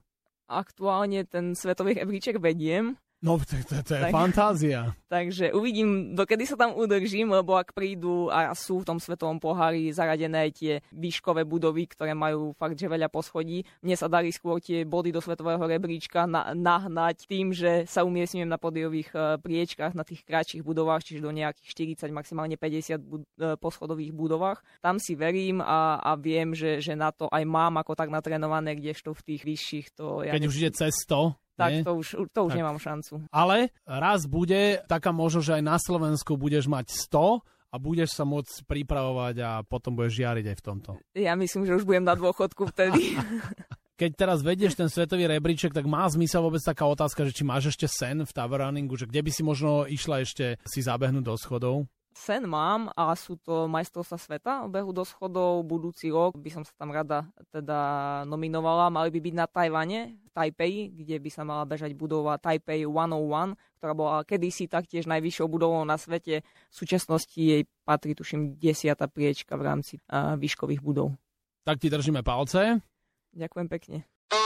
Aktuálne ten svetový rebríček vediem. No, to, to, to je tak, fantázia. Takže uvidím, dokedy sa tam udržím, lebo ak prídu a sú v tom svetovom pohári zaradené tie výškové budovy, ktoré majú fakt, že veľa poschodí, mne sa darí skôr tie body do svetového rebríčka na, nahnať tým, že sa umiestňujem na podiových uh, priečkách na tých kratších budovách, čiže do nejakých štyridsať, maximálne päťdesiat bud- uh, poschodových budovách. Tam si verím a, a viem, že, že na to aj mám ako tak natrénované, kdežto v tých vyšších to... Ja Keď už ide cez sto... Tak nie? to už, to už tak. nemám šancu. Ale raz bude taká možnosť, že aj na Slovensku budeš mať sto a budeš sa môcť pripravovať a potom budeš žiariť aj v tomto. Ja myslím, že už budem na dôchodku vtedy. Keď teraz vedieš ten svetový rebríček, tak má zmysel vôbec taká otázka, že či máš ešte sen v tower runningu, že kde by si možno išla ešte si zabehnúť do schodov? Sen mám a sú to majstrovstvá sveta v behu do schodov. Budúci rok by som sa tam rada teda nominovala. Mali by byť na Tajvane, v Tajpeji, kde by sa mala bežať budova Taipei sto jeden, ktorá bola kedysi taktiež najvyššou budovou na svete. V súčasnosti jej patrí, tuším, desiata priečka v rámci uh, výškových budov. Tak ti držíme palce. Ďakujem pekne.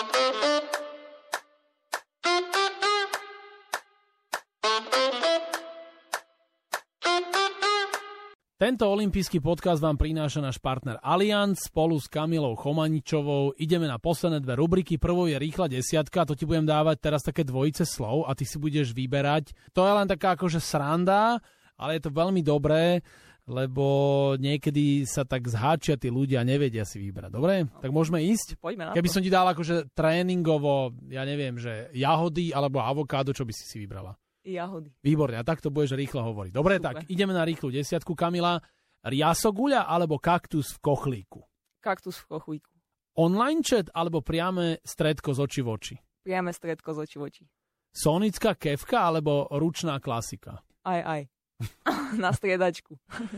Tento olympijský podcast vám prináša náš partner Allianz spolu s Kamilou Chomaničovou. Ideme na posledné dve rubriky. Prvou je rýchla desiatka, to ti budem dávať teraz také dvojice slov a ty si budeš vyberať. To je len taká akože sranda, ale je to veľmi dobré, lebo niekedy sa tak zháčia tí ľudia a nevedia si vybrať. Dobre? Tak môžeme ísť? Poďme na Keby to. som ti dal akože tréningovo, ja neviem, že jahody alebo avokádo, čo by si si vybrala? Jahody. Výborne, a tak to budeš rýchlo hovoriť. Dobre, Super. tak ideme na rýchlu desiatku. Kamila, riasoguľa alebo kaktus v kochlíku? Kaktus v kochlíku. Online chat alebo priame stredko z oči v oči? Priame stredko z oči v oči. Sonická kefka alebo ručná klasika? Aj, aj. Na striedačku.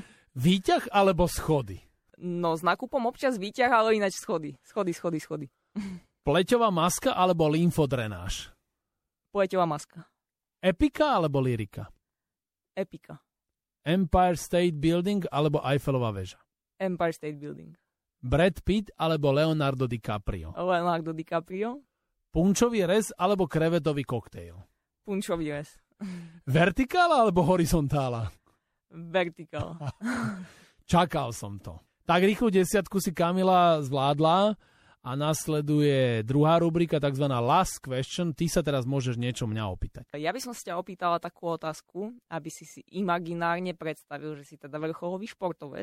Výťah alebo schody? No, s nákupom občas výťah, ale ináč schody. Schody, schody, schody. Pleťová maska alebo lymfodrenáž? Pleťová maska. Epika alebo lyrika? Epika. Empire State Building alebo Eiffelová väža? Empire State Building. Brad Pitt alebo Leonardo DiCaprio? Leonardo DiCaprio. Punčový rez alebo krevetový koktejl? Punčový rez. Vertikála alebo horizontála? Vertikál. Čakal som to. Tak rýchlu desiatku si Kamila zvládla a nasleduje druhá rubrika, takzvaná Last Question. Ty sa teraz môžeš niečo mňa opýtať. Ja by som si ťa opýtala takú otázku, aby si si imaginárne predstavil, že si teda vrcholový športovec,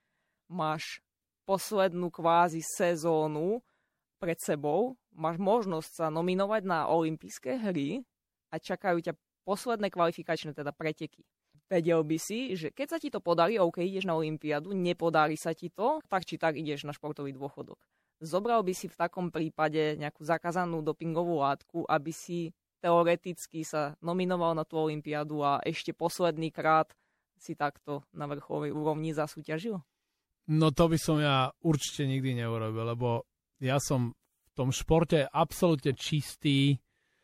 máš poslednú kvázi sezónu pred sebou, máš možnosť sa nominovať na olympijské hry a čakajú ťa posledné kvalifikačné teda preteky. Vedel by si, že keď sa ti to podarí, OK, ideš na olympiádu, nepodarí sa ti to, tak či tak ideš na športový dôchodok. Zobral by si v takom prípade nejakú zakázanú dopingovú látku, aby si teoreticky sa nominoval na tú olympiádu a ešte posledný krát si takto na vrcholovej úrovni zasúťažil? No to by som ja určite nikdy neurobil, lebo ja som v tom športe absolútne čistý,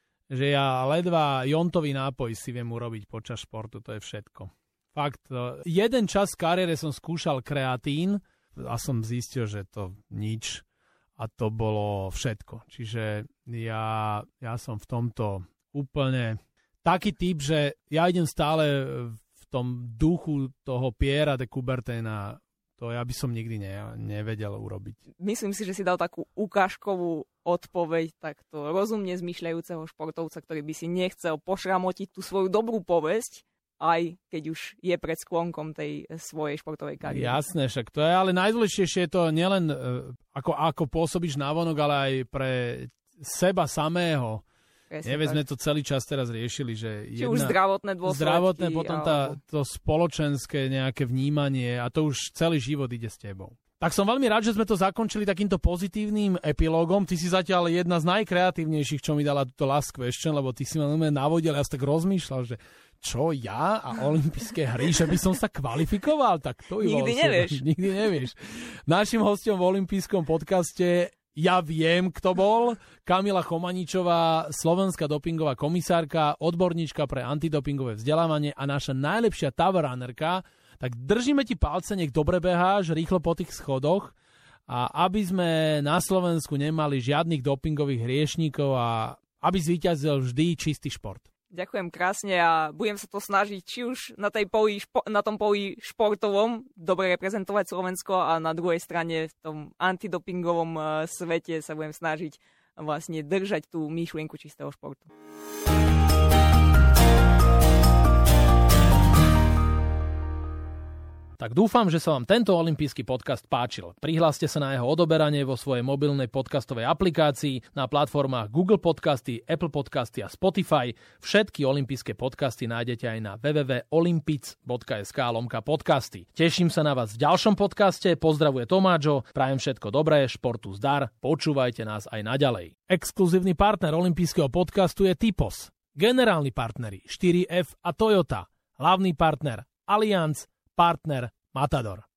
že ja ledva jontový nápoj si viem urobiť počas športu, to je všetko. Fakt, jeden čas v kariére som skúšal kreatín a som zistil, že to nič. A to bolo všetko. Čiže ja, ja som v tomto úplne taký typ, že ja idem stále v tom duchu toho Pierra de Coubertina. To ja by som nikdy ne, nevedel urobiť. Myslím si, že si dal takú ukážkovú odpoveď takto rozumne zmýšľajúceho športovca, ktorý by si nechcel pošramotiť tú svoju dobrú povesť, aj keď už je pred sklonkom tej svojej športovej kariéry. Jasné, však to je, ale najdôležitejšie je to nielen uh, ako, ako pôsobíš návonok, ale aj pre seba samého. Presne Neveď tak. sme to celý čas teraz riešili, že Či jedna, už zdravotné dôsledky. zdravotné, potom tá, alebo... to spoločenské nejaké vnímanie a to už celý život ide s tebou. Tak som veľmi rád, že sme to zakončili takýmto pozitívnym epilógom. Ty si zatiaľ jedna z najkreatívnejších, čo mi dala túto last question, lebo ty si ma navodil, ja som tak rozmýšľal, že čo ja a olympijské hry, že by som sa kvalifikoval, tak to by Nikdy bol nevieš. Super. Nikdy nevieš. Našim hosťom v olympijskom podcaste, ja viem, kto bol, Kamila Chomaničová, slovenská dopingová komisárka, odborníčka pre antidopingové vzdelávanie a naša najlepšia tower runnerka. Tak držíme ti palce, nech dobre beháš, rýchlo po tých schodoch a aby sme na Slovensku nemali žiadnych dopingových hriešníkov a aby zvíťazil vždy čistý šport. Ďakujem krásne a budem sa to snažiť, či už na, tej poli, špo, na tom poli športovom dobre reprezentovať Slovensko a na druhej strane v tom antidopingovom uh, svete sa budem snažiť vlastne držať tú myšlienku čistého športu. Tak dúfam, že sa vám tento olympijský podcast páčil. Prihláste sa na jeho odoberanie vo svojej mobilnej podcastovej aplikácii na platformách Google Podcasty, Apple Podcasty a Spotify. Všetky olympijské podcasty nájdete aj na w w w bodka olympic bodka es ká lomka podcasty. Teším sa na vás v ďalšom podcaste. Pozdravuje Tomáčo, prajem všetko dobré, športu zdar, počúvajte nás aj naďalej. Exkluzívny partner olympijského podcastu je Typos. Generálni partneri štyri ef a Toyota. Hlavný partner Allianz, partner Matador.